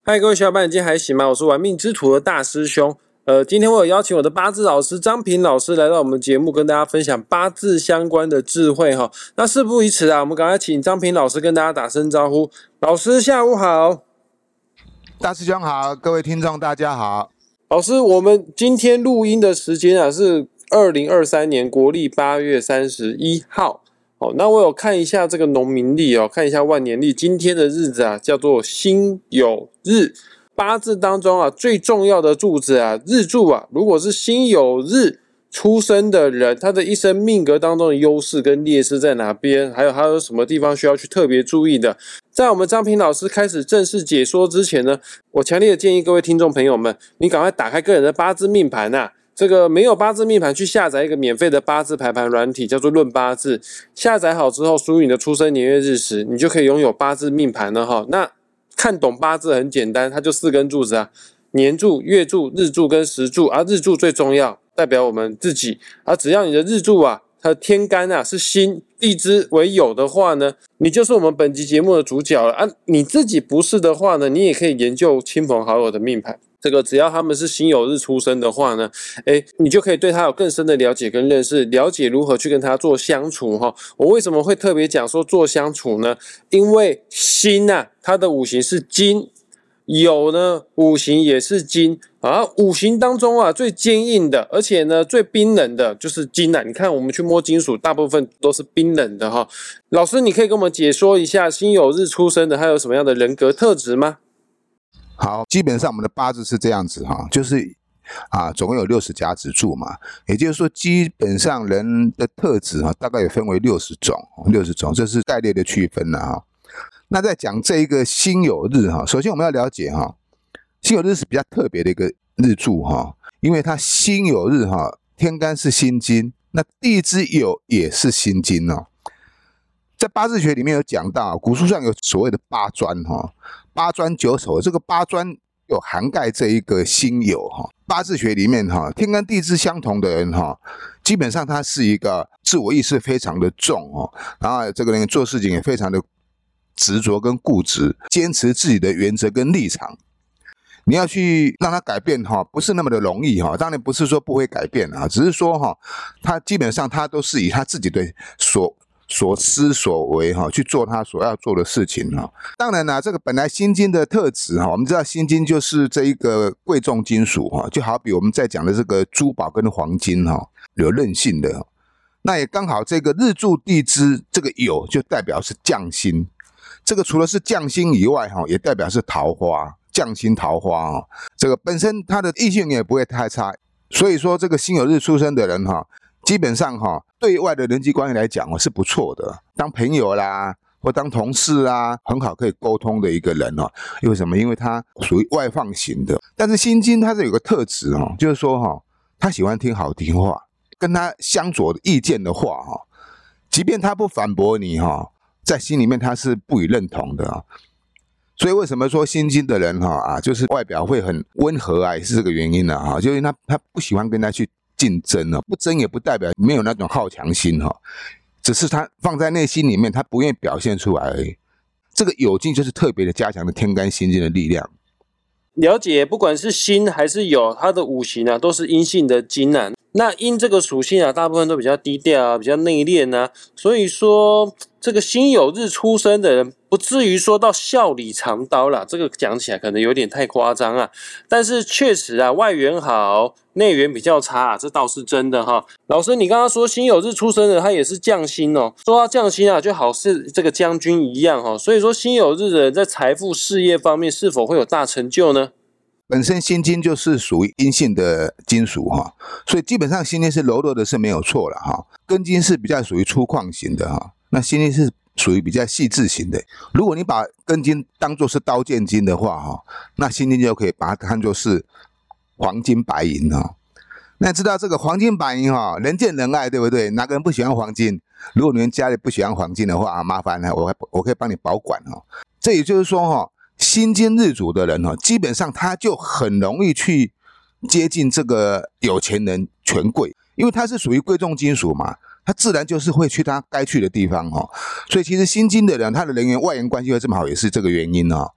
嗨，各位小伙伴，你今天还行吗？我是玩命之徒的大师兄。今天我有邀请我的八字老师张平老师来到我们节目，跟大家分享八字相关的智慧哈。那事不宜迟啊，我们赶快请张平老师跟大家打声招呼。老师下午好。 大师兄好，各位听众大家好。 老师，我们今天录音的时间啊是2023年国历8月31号。那我有看一下这个农民历哦，看一下万年历，今天的日子啊叫做辛酉日。八字当中啊最重要的柱子啊日柱啊，如果是辛酉日出生的人，他的一生命格当中的优势跟劣势在哪边，还有什么地方需要去特别注意的。在我们张平老师开始正式解说之前呢，我强烈的建议各位听众朋友们，你赶快打开个人的八字命盘啊。这个没有八字命盘，去下载一个免费的八字排盘软体，叫做论八字。下载好之后，输入你的出生年月日时，你就可以拥有八字命盘了哈。那看懂八字很简单，它就4根柱子啊，年柱、月柱、日柱跟时柱啊。日柱最重要，代表我们自己啊。只要你的日柱啊，它的天干啊是辛，地支为酉的话呢，你就是我们本集节目的主角了啊。你自己不是的话呢，你也可以研究亲朋好友的命盘。这个只要他们是辛酉日出生的话呢，你就可以对他有更深的了解跟认识，了解如何去跟他做相处哈。我为什么会特别讲说做相处呢？因为辛啊，它的五行是金，酉呢五行也是金啊。五行当中啊最坚硬的，而且呢最冰冷的就是金啊。你看我们去摸金属，大部分都是冰冷的哈。老师，你可以跟我们解说一下辛酉日出生的他有什么样的人格特质吗？ 好，基本上我们的八字是这样子哈，就是总共有60甲子柱嘛，也就是说基本上人的特质大概也分为60种，这是概略的区分了哈。那在讲这一个辛酉日哈，首先我们要了解哈，辛酉日是比较特别的一个日柱哈，因为它辛酉日哈，天干是辛金，那地支酉也是辛金哦。在八字学里面有讲到，古书上有所谓的八专哈。八专九丑，这个八专有涵盖这一个辛酉哈。八字学里面哈，天干地支相同的人哈，基本上他是一个自我意识非常的重哦，然后这个人做事情也非常的执着跟固执，坚持自己的原则跟立场。你要去让他改变哈，不是那么的容易哈。当然不是说不会改变啊，只是说哈，他基本上他都是以他自己的所思所为去做他所要做的事情哈。当然这个本来辛金的特质我们知道辛金就是这一个贵重金属就好比我们在讲的这个珠宝跟黄金有韧性的。那也刚好这个日柱地支这个酉就代表是将星，这个除了是将星以外也代表是桃花，将星桃花这个本身它的异性也不会太差。所以说这个辛酉日出生的人基本上对外的人际关系来讲是不错的，当朋友啦或当同事啦，很好可以沟通的一个人为什么？因为他属于外放型的。但是辛金他是有个特质就是说他喜欢听好听话，跟他相左的意见的话即便他不反驳你在心里面他是不予认同的所以为什么说辛金的人就是外表会很温和也是这个原因就是他不喜欢跟他去竞争不争也不代表没有那种好强心只是他放在内心里面，他不愿意表现出来而已。这个酉金就是特别的加强的天干辛金的力量。 了解，不管是辛还是酉，它的五行都是阴性的金啊。那阴这个属性大部分都比较低调比较内敛所以说这个辛酉日出生的人不至于说到笑里藏刀啦，这个讲起来可能有点太夸张但是确实外缘好，内缘比较差这倒是真的老师，你刚刚说辛酉日出生的他也是将星说他将星就好似这个将军一样所以说辛酉日的人在财富事业方面是否会有大成就呢？ 本身辛金就是属于阴性的金属所以基本上辛金是柔弱的是没有错了根金是比较属于粗犷型的那辛金是属于比较细致型的。如果你把根金当作是刀剑金的话那辛金就可以把它看作是黄金白银那知道这个黄金白银人见人爱，对不对？哪个人不喜欢黄金？如果你们家里不喜欢黄金的话麻烦了，我可以帮你保管这也就是说辛金日主的人基本上他就很容易去接近这个有钱人权贵，因为他是属于贵重金属嘛，他自然就是会去他该去的地方所以其实辛金的人他的人缘外缘关系会这么好也是这个原因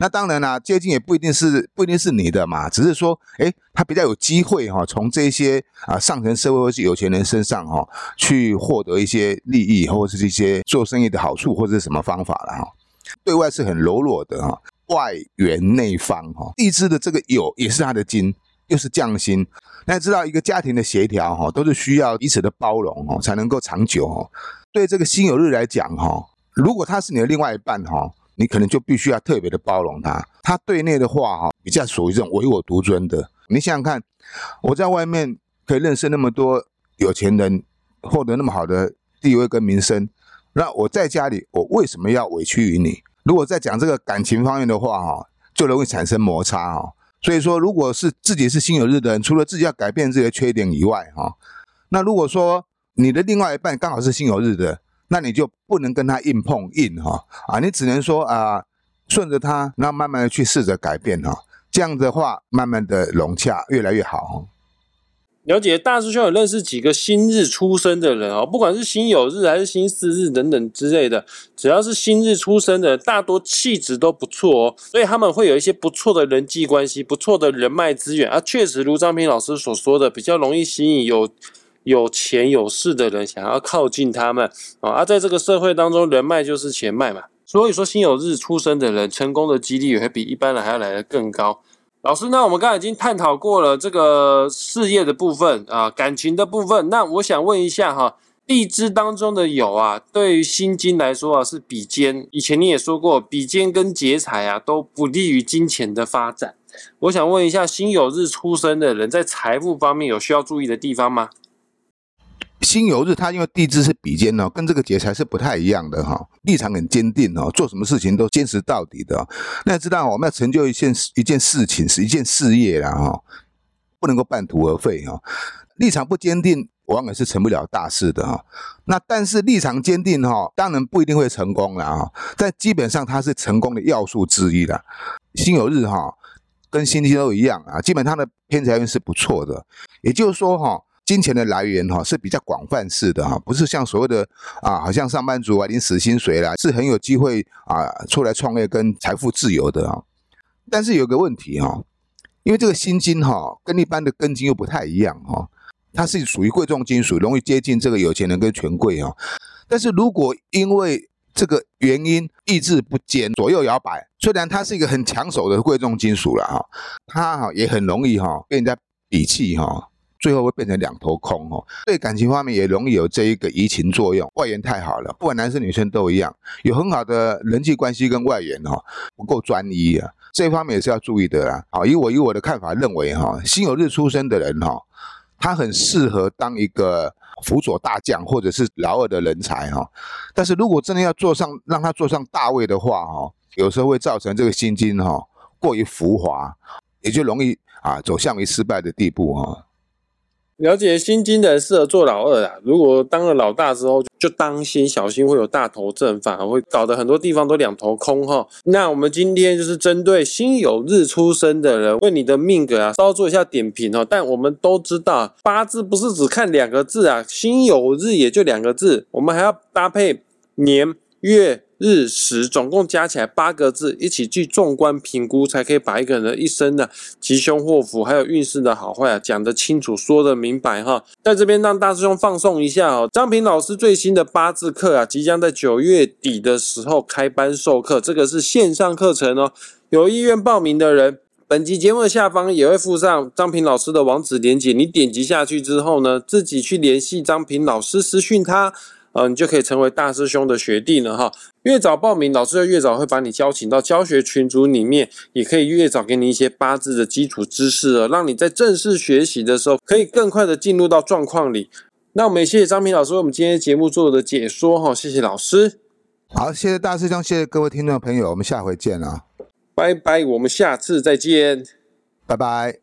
那当然啦，接近也不一定是你的嘛，只是说他比较有机会从这些上层社会或是有钱人身上去获得一些利益，或者是一些做生意的好处，或者是什么方法啦。对外是很柔弱的外圆内方地支的这个酉也是他的金，又是将星。那知道一个家庭的协调都是需要彼此的包容才能够长久对这个辛酉日来讲如果他是你的另外一半你可能就必须要特别的包容他。他对内的话比较属于这种唯我独尊的。你想想看，我在外面可以认识那么多有钱人，获得那么好的地位跟名声，那我在家里我为什么要委屈于你？如果在讲这个感情方面的话就容易产生摩擦所以说，如果是自己是辛酉日的人，除了自己要改变自己的缺点以外那如果说你的另外一半刚好是辛酉日的，那你就不能跟他硬碰硬你只能说顺着他，然后慢慢的去试着改变这样的话慢慢的融洽，越来越好了解。大师兄有认识几个辛日出生的人不管是辛酉日还是辛巳日等等之类的，只要是辛日出生的，大多气质都不错所以他们会有一些不错的人际关系，不错的人脉资源确实如张平老师所说的，比较容易吸引有钱有势的人想要靠近他们在这个社会当中，人脉就是钱脉嘛，所以说辛酉日出生的人成功的几率也会比一般人还要来得更高。老师，那我们刚才已经探讨过了这个事业的部分感情的部分，那我想问一下地支当中的酉对于辛金来说是比肩。以前你也说过，比肩跟劫财都不利于金钱的发展。我想问一下，辛酉日出生的人在财富方面有需要注意的地方吗？ 辛酉日他因为地支是比肩跟这个劫财是不太一样的立场很坚定做什么事情都坚持到底的那知道我们要成就一件事情，是一件事业啦不能够半途而废立场不坚定往往是成不了大事的那但是立场坚定当然不一定会成功啦但基本上它是成功的要素之一啦。辛酉日跟辛金都一样基本上它的偏财运是不错的，也就是说金钱的来源是比较广泛式的不是像所谓的好像上班族领死薪水啦，是很有机会出来创业跟财富自由的但是有个问题因为这个辛金跟一般的庚金又不太一样它是属于贵重金属，容易接近这个有钱人跟权贵但是如果因为这个原因意志不坚，左右摇摆，虽然它是一个很抢手的贵重金属啦它也很容易被人家鄙弃最后会变成两头空对感情方面也容易有这一个移情作用。外缘太好了，不管男生女生都一样，有很好的人际关系跟外缘不够专一这一方面也是要注意的啦以我的看法认为辛酉日出生的人他很适合当一个辅佐大将或者是老二的人才但是如果真的要让他坐上大位的话有时候会造成这个辛金过于浮华，也就容易走向于失败的地步了解。辛金的人适合做老二如果当了老大之后就当心小心会有大头症，反而会搞得很多地方都两头空那我们今天就是针对辛酉日出生的人为你的命格稍做一下点评但我们都知道八字不是只看2个字辛酉日也就2个字，我们还要搭配年月日时，总共加起来8个字，一起去纵观评估，才可以把一个人的一生的吉凶祸福还有运势的好坏讲得清楚，说得明白在这边让大师兄放送一下张平老师最新的八字课即将在9月底的时候开班授课，这个是线上课程有意愿报名的人，本集节目的下方也会附上张平老师的网址连结，你点击下去之后呢，自己去联系张平老师私讯他你就可以成为大师兄的学弟了越早报名，老师就越早会把你邀请到教学群组里面，也可以越早给你一些八字的基础知识让你在正式学习的时候可以更快的进入到状况里。那我们也谢谢张平老师为我们今天节目做的解说谢谢老师。 好，谢谢大师兄，谢谢各位听众朋友，我们下回见拜拜拜，我们下次再见， 拜拜。